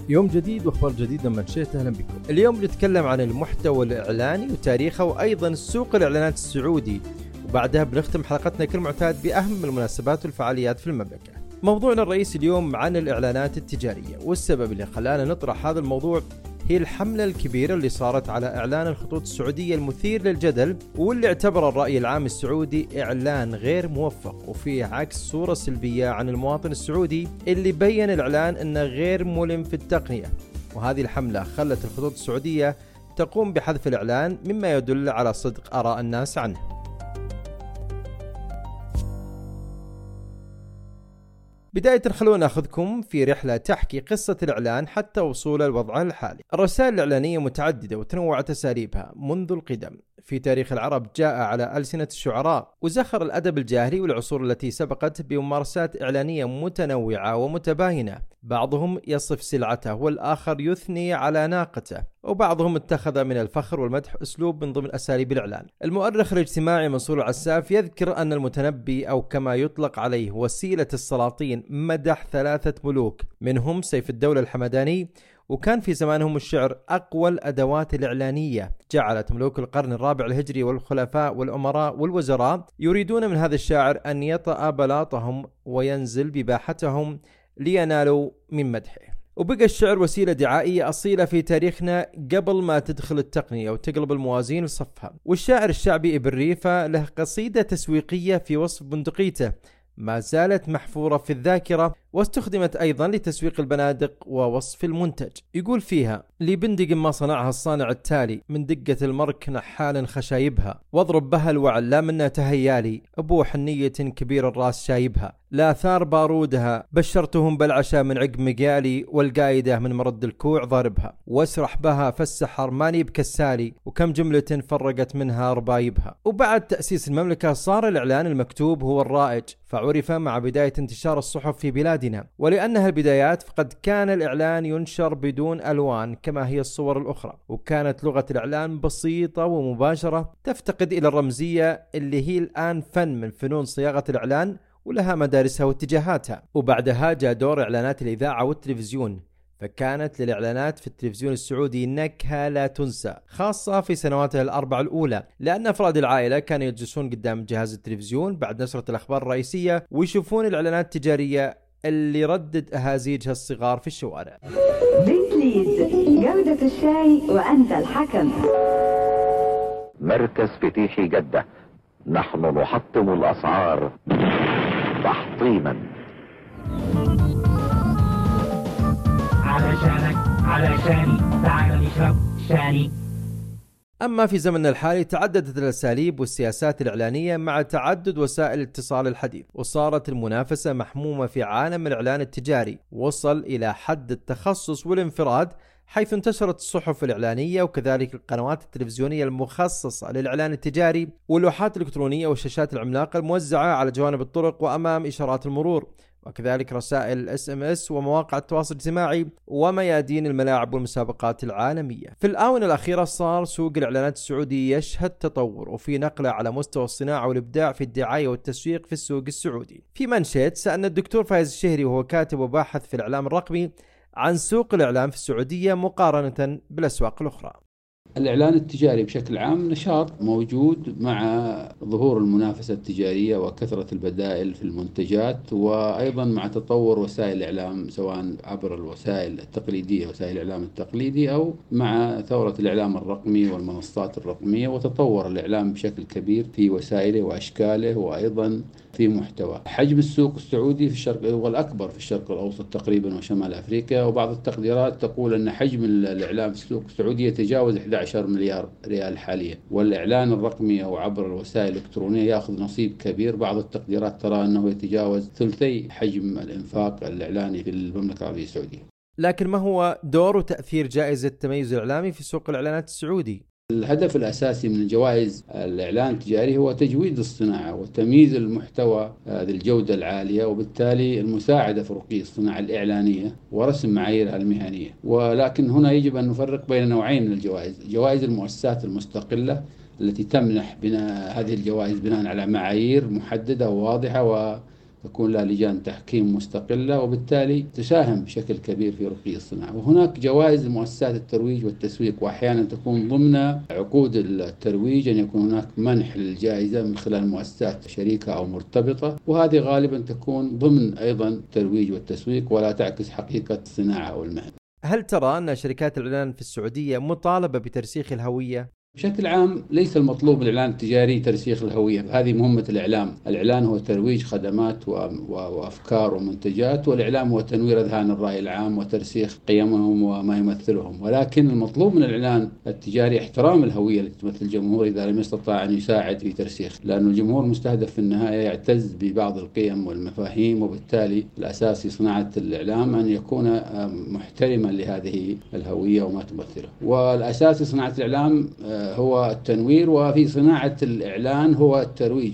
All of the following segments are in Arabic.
يوم جديد واخبار جديده من شئت. اهلا بكم. اليوم بنتكلم عن المحتوى الاعلاني وتاريخه وايضا سوق الاعلانات السعودي، وبعدها بنختم حلقتنا كالمعتاد باهم المناسبات والفعاليات في المملكه. موضوعنا الرئيسي اليوم عن الاعلانات التجاريه، والسبب اللي خلانا نطرح هذا الموضوع هي الحملة الكبيرة اللي صارت على إعلان الخطوط السعودية المثير للجدل، واللي اعتبر الرأي العام السعودي إعلان غير موفق وفيه عكس صورة سلبية عن المواطن السعودي اللي بيّن الإعلان أنه غير ملم في التقنية. وهذه الحملة خلت الخطوط السعودية تقوم بحذف الإعلان، مما يدل على صدق آراء الناس عنه. بداية خلونا ناخذكم في رحلة تحكي قصة الإعلان حتى وصوله لوضعه الحالي. الرسائل الإعلانية متعددة وتنوعت أساليبها منذ القدم. في تاريخ العرب جاء على ألسنة الشعراء وزخر الأدب الجاهلي والعصور التي سبقت بممارسات إعلانية متنوعة ومتباينة، بعضهم يصف سلعته والآخر يثني على ناقته، وبعضهم اتخذ من الفخر والمدح أسلوب من ضمن أساليب الإعلان. المؤرخ الاجتماعي منصور العساف يذكر أن المتنبي أو كما يطلق عليه وسيلة السلاطين مدح 3 ملوك، منهم سيف الدولة الحمداني، وكان في زمانهم الشعر أقوى الأدوات الإعلانية. جعلت ملوك القرن الرابع الهجري والخلفاء والأمراء والوزراء يريدون من هذا الشاعر أن يطأ بلاطهم وينزل بباحتهم لينالوا من مدحه. وبقى الشعر وسيلة دعائية أصيلة في تاريخنا قبل ما تدخل التقنية وتقلب الموازين لصفها. والشاعر الشعبي ابن ريفة له قصيدة تسويقية في وصف بندقيته ما زالت محفورة في الذاكرة، واستخدمت أيضا لتسويق البنادق ووصف المنتج. يقول فيها: لي بندق ما صنعها الصانع التالي، من دقة المرك نحال خشايبها، واضرب بها الوعل لا منا تهيالي، أبو حنية كبير الراس شايبها، لا ثار بارودها بشرتهم بالعشاء من عقب مقيالي، والقايدة من مرد الكوع ضاربها، واسرح بها فالسحر ماني بكسالي، وكم جملة فرقت منها ربايبها. وبعد تأسيس المملكة صار الإعلان المكتوب هو الرائج، فعرف مع بداية انتشار الصحف في بلادنا، ولأنها البدايات فقد كان الإعلان ينشر بدون ألوان كما هي الصور الأخرى، وكانت لغة الإعلان بسيطة ومباشرة تفتقد إلى الرمزية اللي هي الآن فن من فنون صياغة الإعلان ولها مدارسها واتجاهاتها. وبعدها جاء دور إعلانات الإذاعة والتلفزيون، فكانت للإعلانات في التلفزيون السعودي نكهة لا تنسى، خاصة في سنواته الأربع الأولى، لأن أفراد العائلة كانوا يجلسون قدام جهاز التلفزيون بعد نشرة الأخبار الرئيسية ويشوفون الإعلانات التجارية اللي ردد أهازيجها الصغار في الشوارع. بيتليز، جودة الشاي وأنت الحكم. مركز فتيحي جدة، نحن نحطم الأسعار تحطيما. علشاني تعال نشرب شاني. أما في زمننا الحالي تعددت الأساليب والسياسات الإعلانية مع تعدد وسائل الاتصال الحديث، وصارت المنافسة محمومة في عالم الإعلان التجاري، وصل إلى حد التخصص والانفراد، حيث انتشرت الصحف الإعلانية وكذلك القنوات التلفزيونية المخصصة للإعلان التجاري، واللوحات الإلكترونية والشاشات العملاقة الموزعة على جوانب الطرق وأمام إشارات المرور، وكذلك رسائل SMS ومواقع التواصل الاجتماعي وميادين الملاعب والمسابقات العالمية. في الآونة الأخيرة صار سوق الإعلانات السعودي يشهد تطور وفي نقلة على مستوى الصناعة والإبداع في الدعاية والتسويق في السوق السعودي. في منشط سألنا الدكتور فايز الشهري وهو كاتب وباحث في الإعلام الرقمي عن سوق الإعلان في السعودية مقارنة بالأسواق الأخرى. الإعلان التجاري بشكل عام نشاط موجود مع ظهور المنافسة التجارية وكثرة البدائل في المنتجات، وأيضا مع تطور وسائل الإعلام سواء عبر الوسائل التقليدية وسائل الإعلام التقليدي أو مع ثورة الإعلام الرقمي والمنصات الرقمية، وتطور الإعلام بشكل كبير في وسائله وأشكاله وأيضا في محتوى. حجم السوق السعودي في الشرق هو الأكبر في الشرق الأوسط تقريبا وشمال أفريقيا، وبعض التقديرات تقول أن حجم الإعلام في السوق السعودي يتجاوز 11 مليار ريال حاليا، والإعلان الرقمي أو عبر الوسائل الإلكترونية يأخذ نصيب كبير. بعض التقديرات ترى أنه يتجاوز ثلثي حجم الإنفاق الإعلاني في المملكة العربية السعودية. لكن ما هو دور وتأثير جائزة التميز الإعلامي في سوق الإعلانات السعودي؟ الهدف الأساسي من جوائز الإعلان التجاري هو تجويد الصناعة وتمييز المحتوى ذي الجودة العالية، وبالتالي المساعدة في رقي الصناعة الإعلانية ورسم معاييرها المهنية. ولكن هنا يجب أن نفرق بين نوعين من الجوائز: جوائز المؤسسات المستقلة التي تمنح بناء هذه الجوائز بناء على معايير محددة وواضحة تكون لها لجان تحكيم مستقلة، وبالتالي تساهم بشكل كبير في رقي الصناعة. وهناك جوائز لمؤسسات الترويج والتسويق، وأحيانا تكون ضمن عقود الترويج أن يكون هناك منح للجائزة من خلال مؤسسات شريكة أو مرتبطة، وهذه غالبا تكون ضمن أيضا الترويج والتسويق ولا تعكس حقيقة الصناعة أو المهنة. هل ترى أن شركات الإعلان في السعودية مطالبة بترسيخ الهوية؟ بشكل عام ليس المطلوب الإعلان التجاري ترسيخ الهوية، هذه مهمة الإعلام. الإعلان هو ترويج خدمات وأفكار ومنتجات، والإعلام هو تنوير أذهان الرأي العام وترسيخ قيمهم وما يمثلهم. ولكن المطلوب من الإعلان التجاري احترام الهوية التي تمثل الجمهور إذا لم يستطع أن يساعد في ترسيخ، لأن الجمهور المستهدف في النهاية يعتز ببعض القيم والمفاهيم، وبالتالي الأساس في صناعة الإعلام أن يكون محترما لهذه الهوية وما تمثله. والأساس في صناعة الإعلام هو التنوير، وفي صناعة الإعلان هو الترويج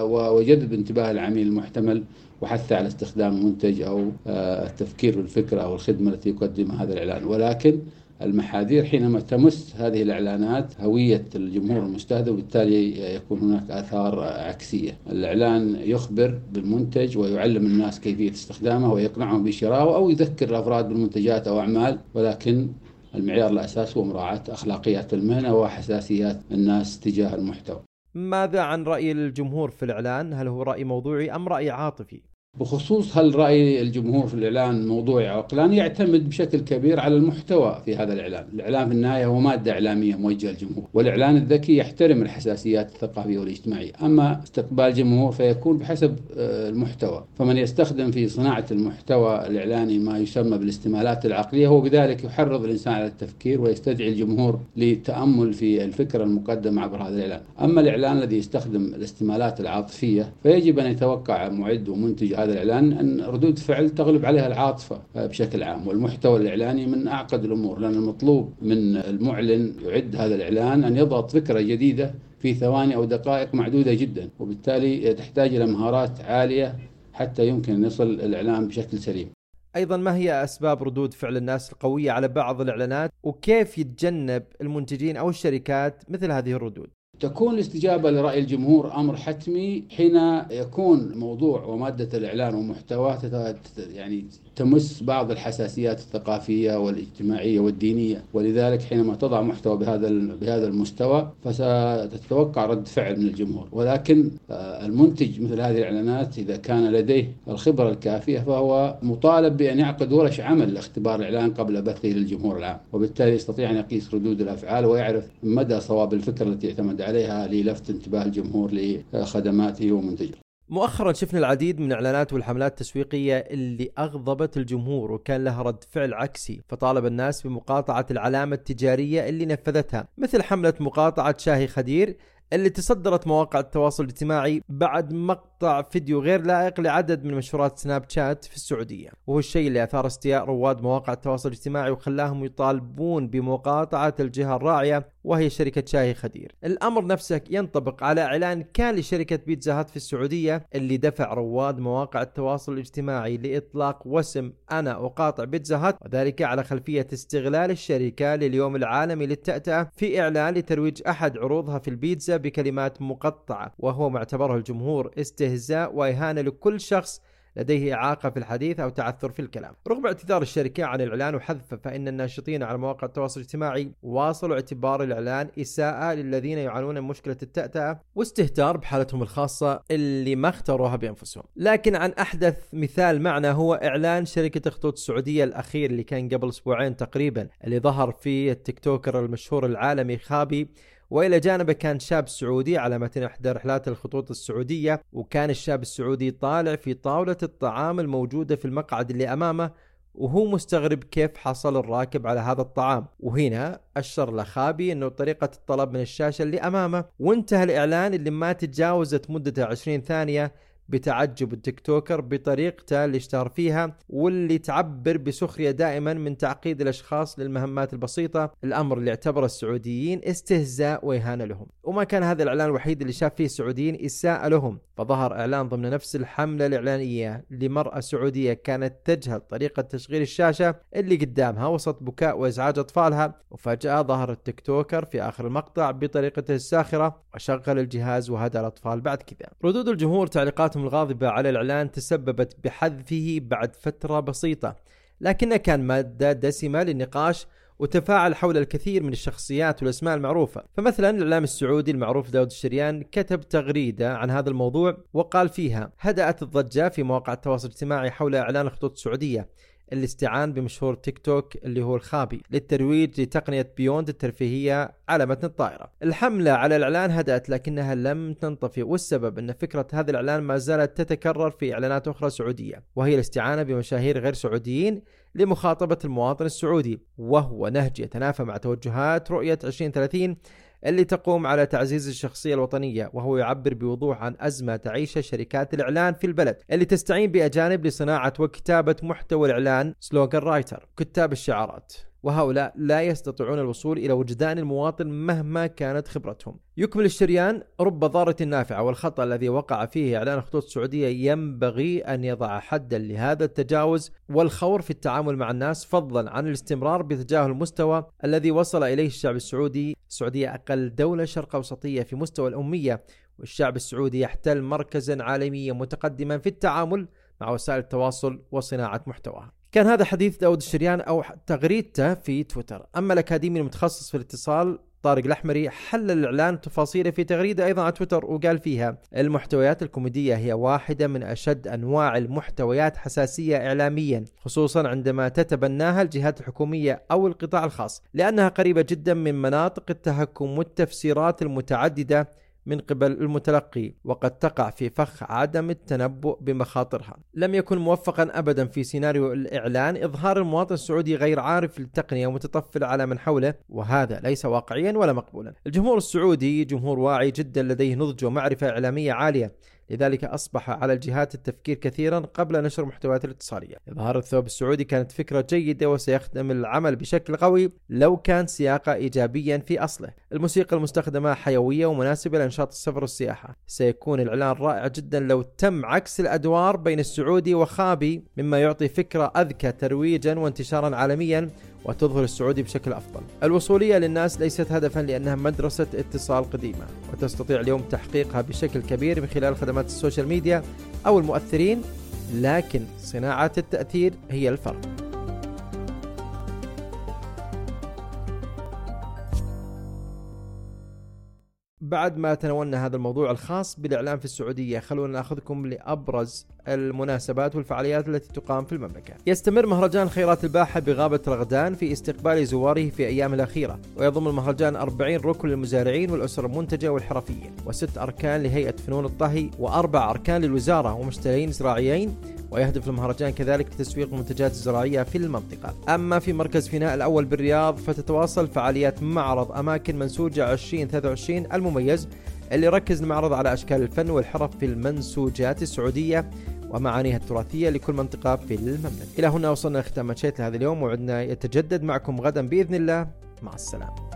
وجذب انتباه العميل المحتمل وحث على استخدام المنتج أو التفكير بالفكرة أو الخدمة التي يقدمها هذا الإعلان. ولكن المحاذير حينما تمس هذه الإعلانات هوية الجمهور المستهدف، وبالتالي يكون هناك آثار عكسية. الإعلان يخبر بالمنتج ويعلم الناس كيفية استخدامه ويقنعهم بشرائه أو يذكر الأفراد بالمنتجات أو أعمال، ولكن المعيار الأساس هو مراعاة أخلاقيات المهنة وحساسيات الناس تجاه المحتوى. ماذا عن رأي الجمهور في الإعلان؟ هل هو رأي موضوعي أم رأي عاطفي؟ بخصوص هل رأي الجمهور في الإعلان موضوعي أو إقلاني، يعتمد بشكل كبير على المحتوى في هذا الإعلان. الإعلان في النهاية هو مادة إعلامية موجهة للجمهور، والإعلان الذكي يحترم الحساسيات الثقافية والاجتماعية. أما استقبال الجمهور فيكون بحسب المحتوى، فمن يستخدم في صناعة المحتوى الإعلاني ما يسمى بالاستمالات العقلية هو بذلك يحرض الإنسان على التفكير ويستدعي الجمهور للتأمل في الفكرة المقدمة عبر هذا الإعلان. أما الإعلان الذي يستخدم الاستمالات العاطفية فيجب أن يتوقع معد ومنتج هذا الإعلان أن ردود فعل تغلب عليها العاطفة بشكل عام. والمحتوى الإعلاني من أعقد الأمور، لأن المطلوب من المعلن يعد هذا الإعلان أن يضغط فكرة جديدة في ثواني أو دقائق معدودة جدا، وبالتالي تحتاج إلى مهارات عالية حتى يمكن أن يصل الإعلان بشكل سليم. أيضا ما هي أسباب ردود فعل الناس القوية على بعض الإعلانات، وكيف يتجنب المنتجين أو الشركات مثل هذه الردود؟ تكون الاستجابة لرأي الجمهور أمر حتمي حين يكون موضوع ومادة الإعلان ومحتواه يعني تمس بعض الحساسيات الثقافية والاجتماعية والدينية، ولذلك حينما تضع محتوى بهذا المستوى فستتوقع رد فعل من الجمهور. ولكن المنتج مثل هذه الإعلانات إذا كان لديه الخبرة الكافية فهو مطالب بأن يعقد ورش عمل لاختبار الإعلان قبل بثه للجمهور العام، وبالتالي يستطيع أن يقيس ردود الأفعال ويعرف مدى صواب الفكرة التي اعتمد عليها للفت انتباه الجمهور لخدماته ومنتجه. مؤخرا شفنا العديد من الإعلانات والحملات التسويقية اللي أغضبت الجمهور وكان لها رد فعل عكسي، فطالب الناس بمقاطعة العلامة التجارية اللي نفذتها، مثل حملة مقاطعة شاهي خدير اللي تصدرت مواقع التواصل الاجتماعي بعد مقطع فيديو غير لائق لعدد من مشهورات سناب شات في السعودية، وهو الشيء اللي أثار استياء رواد مواقع التواصل الاجتماعي وخلاهم يطالبون بمقاطعة الجهة الراعية وهي شركة شاهي خدير. الأمر نفسه ينطبق على إعلان كان لشركة بيتزا هات في السعودية اللي دفع رواد مواقع التواصل الاجتماعي لإطلاق وسم أنا أقاطع بيتزا هات، وذلك على خلفية استغلال الشركة لليوم العالمي للتأتأة في إعلان لترويج أحد عروضها في البيتزا بكلمات مقطعة، وهو معتبره الجمهور استهزاء وإهانة لكل شخص لديه إعاقة في الحديث أو تعثر في الكلام. رغم اعتذار الشركة عن الإعلان وحذفه، فإن الناشطين على مواقع التواصل الاجتماعي واصلوا اعتبار الإعلان إساءة للذين يعانون من مشكلة التأتأة واستهتار بحالتهم الخاصة اللي ما اختاروها بأنفسهم. لكن عن أحدث مثال معنا هو إعلان شركة خطوط السعودية الأخير اللي كان قبل أسبوعين تقريبا، اللي ظهر فيه التيكتوكر المشهور العالمي خابي، وإلى جانبه كان شاب سعودي على متن إحدى رحلات الخطوط السعودية، وكان الشاب السعودي طالع في طاولة الطعام الموجودة في المقعد اللي أمامه وهو مستغرب كيف حصل الراكب على هذا الطعام. وهنا أشر لخابي أنه طريقة الطلب من الشاشة اللي أمامه، وانتهى الإعلان اللي ما تجاوزت مدته 20 ثانية بتعجب التيكتوكر بطريقته اللي اشتهر فيها، واللي تعبر بسخرية دائما من تعقيد الأشخاص للمهمات البسيطة، الأمر اللي اعتبر السعوديين استهزاء وإهانة لهم. وما كان هذا الإعلان الوحيد اللي شاف فيه السعوديين إساءة لهم، فظهر إعلان ضمن نفس الحملة الإعلانية لمرأة سعودية كانت تجهل طريقة تشغيل الشاشة اللي قدامها وسط بكاء وإزعاج أطفالها، وفجأة ظهر التيكتوكر في آخر المقطع بطريقته الساخرة وشغل الجهاز وهدى الأطفال. بعد كذا ردود الجمهور تعليقاتهم تعليقاتهم الغاضبة على الإعلان تسببت بحذفه بعد فترة بسيطة، لكنه كان مادة دسمة للنقاش وتفاعل حول الكثير من الشخصيات والأسماء المعروفة. فمثلا الإعلام السعودي المعروف داود الشريان كتب تغريدة عن هذا الموضوع وقال فيها: هدأت الضجة في مواقع التواصل الاجتماعي حول إعلان الخطوط السعودية اللي استعان بمشهور تيك توك اللي هو الخابي للترويج لتقنية بيوند الترفيهية على متن الطائرة. الحملة على الإعلان هدأت لكنها لم تنطفئ، والسبب أن فكرة هذا الإعلان ما زالت تتكرر في إعلانات أخرى سعودية، وهي الاستعانة بمشاهير غير سعوديين لمخاطبة المواطن السعودي، وهو نهج يتنافى مع توجهات رؤية 2030 اللي تقوم على تعزيز الشخصية الوطنية، وهو يعبر بوضوح عن أزمة تعيشها شركات الإعلان في البلد اللي تستعين بأجانب لصناعة وكتابة محتوى الإعلان سلوغان رايتر كتاب الشعارات، وهؤلاء لا يستطيعون الوصول إلى وجدان المواطن مهما كانت خبرتهم. يكمل الشريان: رب ضارة نافعة، والخطأ الذي وقع فيه إعلان الخطوط السعودية ينبغي أن يضع حدا لهذا التجاوز والخور في التعامل مع الناس، فضلا عن الاستمرار بتجاهل المستوى الذي وصل إليه الشعب السعودي. السعودية أقل دولة شرق أوسطية في مستوى الأمية، والشعب السعودي يحتل مركزا عالميا متقدما في التعامل مع وسائل التواصل وصناعة محتواها. كان هذا حديث داود الشريان أو تغريدته في تويتر. أما الأكاديمي المتخصص في الاتصال طارق الأحمري حلل الإعلان تفاصيله في تغريدة أيضا على تويتر، وقال فيها: المحتويات الكوميدية هي واحدة من أشد أنواع المحتويات حساسية إعلاميا، خصوصا عندما تتبناها الجهات الحكومية أو القطاع الخاص، لأنها قريبة جدا من مناطق التهكم والتفسيرات المتعددة من قبل المتلقي، وقد تقع في فخ عدم التنبؤ بمخاطرها. لم يكن موفقا أبدا في سيناريو الإعلان إظهار المواطن السعودي غير عارف للتقنية ومتطفل على من حوله، وهذا ليس واقعيا ولا مقبولا. الجمهور السعودي جمهور واعي جدا لديه نضج ومعرفة إعلامية عالية، لذلك أصبح على الجهات التفكير كثيرا قبل نشر محتويات الاتصالية. إظهار الثوب السعودي كانت فكرة جيدة وسيخدم العمل بشكل قوي لو كان سياقه إيجابيا في أصله. الموسيقى المستخدمة حيوية ومناسبة لإنشاط السفر والسياحة. سيكون الإعلان رائع جدا لو تم عكس الأدوار بين السعودي وخابي، مما يعطي فكرة أذكى ترويجا وانتشارا عالميا وتظهر السعودي بشكل أفضل. الوصولية للناس ليست هدفا لأنها مدرسة اتصال قديمة، وتستطيع اليوم تحقيقها بشكل كبير من خلال خدمات السوشيال ميديا أو المؤثرين، لكن صناعة التأثير هي الفرق. بعد ما تناولنا هذا الموضوع الخاص بالإعلام في السعودية، خلونا نأخذكم لأبرز المناسبات والفعاليات التي تقام في المملكة. يستمر مهرجان خيرات الباحة بغابة رغدان في استقبال زواره في أيام الأخيرة، ويضم المهرجان 40 ركن للمزارعين والأسر المنتجة والحرفيين، و6 أركان لهيئة فنون الطهي، و4 أركان للوزارة ومشترين زراعيين، ويهدف المهرجان كذلك لتسويق المنتجات الزراعية في المنطقة. أما في مركز فيناء الأول بالرياض فتتواصل فعاليات معرض أماكن منسوجة 2023 المميز، اللي يركز المعرض على أشكال الفن والحرف في المنسوجات السعودية ومعانيها التراثية لكل منطقة في المملكة. إلى هنا وصلنا لختام شيء لهذا اليوم، وعدنا يتجدد معكم غدا بإذن الله. مع السلامة.